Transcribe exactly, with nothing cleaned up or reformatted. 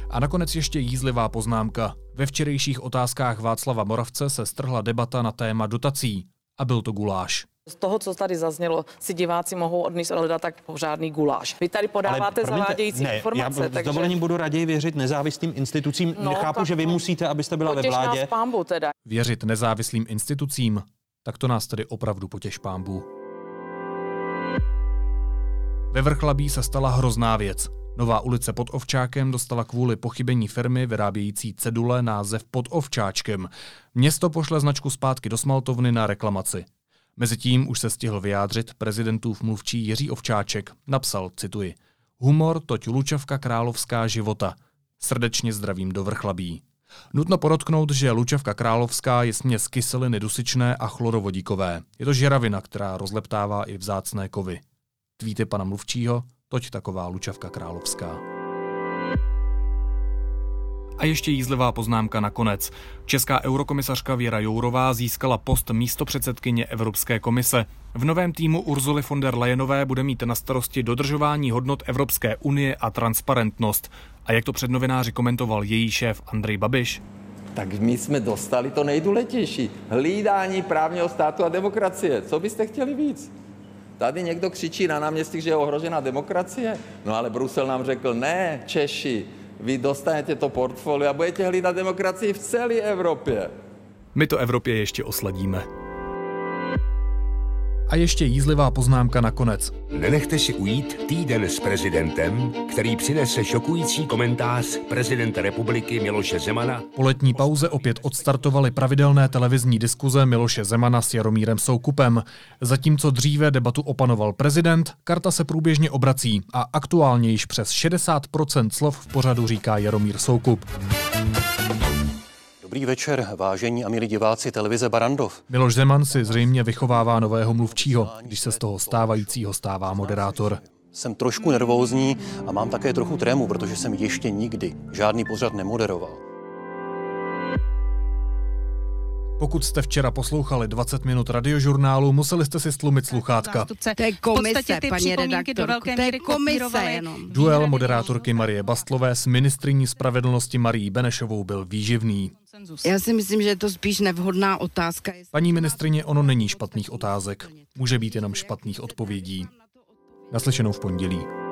A nakonec ještě jízlivá poznámka. Ve včerejších otázkách Václava Moravce se strhla debata na téma dotací. A byl to guláš. Z toho, co tady zaznělo, si diváci mohou odníst odhledat tak pořádný guláš. Vy tady podáváte ale, zavádějící ne, informace. Já takže... s dovolením budu raději věřit nezávislým institucím. No, Nechápu, že vy musíte, abyste byla ve vládě. Nás pánbu teda. Věřit nezávislým institucím? Tak to nás tedy opravdu potěš pánbů. Ve Vrchlabí se stala hrozná věc. Nová ulice pod Ovčákem dostala kvůli pochybení firmy vyrábějící cedule název Pod Ovčáčkem. Město pošle značku zpátky do smaltovny na reklamaci. Mezitím už se stihl vyjádřit prezidentův mluvčí Jiří Ovčáček. Napsal, cituji, humor toť Lučavka královská života. Srdečně zdravím do Vrchlabí. Nutno podotknout, že Lučavka královská je směs kyseliny dusičné a chlorovodíkové. Je to žeravina, která rozleptává i vzácné kovy. Tweety pana mluvčího, toť taková Lučavka královská. A ještě jízlivá poznámka nakonec. Česká eurokomisařka Věra Jourová získala post místopředsedkyně Evropské komise. V novém týmu Ursuly von der Leyenové bude mít na starosti dodržování hodnot Evropské unie a transparentnost. A jak to před novináři komentoval její šéf Andrej Babiš? Tak my jsme dostali to nejdůležitější. Hlídání právního státu a demokracie. Co byste chtěli víc? Tady někdo křičí na náměstích, že je ohrožena demokracie. No ale Brusel nám řekl, ne, Češi, vy dostanete to portfolio a budete hlídat demokracii v celé Evropě. My to Evropě ještě osladíme. A ještě jízlivá poznámka nakonec. Nenechte si ujít týden s prezidentem, který přinese šokující komentář prezidenta republiky Miloše Zemana. Po letní pauze opět odstartovaly pravidelné televizní diskuze Miloše Zemana s Jaromírem Soukupem. Zatímco dříve debatu opanoval prezident, karta se průběžně obrací a aktuálně již přes šedesát procent slov v pořadu říká Jaromír Soukup. Dobrý večer, vážení a milí diváci televize Barrandov. Miloš Zeman si zřejmě vychovává nového mluvčího, když se z toho stávajícího stává moderátor. Jsem trošku nervózní a mám také trochu trému, protože jsem ještě nikdy žádný pořad nemoderoval. Pokud jste včera poslouchali dvacet minut radiožurnálu, museli jste si stlumit sluchátka. To je komise, paní redaktorko, to je komise jenom. Duel moderátorky Marie Bastlové s ministryní spravedlnosti Marií Benešovou byl výživný. Já si myslím, že je to spíš nevhodná otázka. Paní ministryně, ono není špatných otázek. Může být jenom špatných odpovědí. Naslyšenou v pondělí.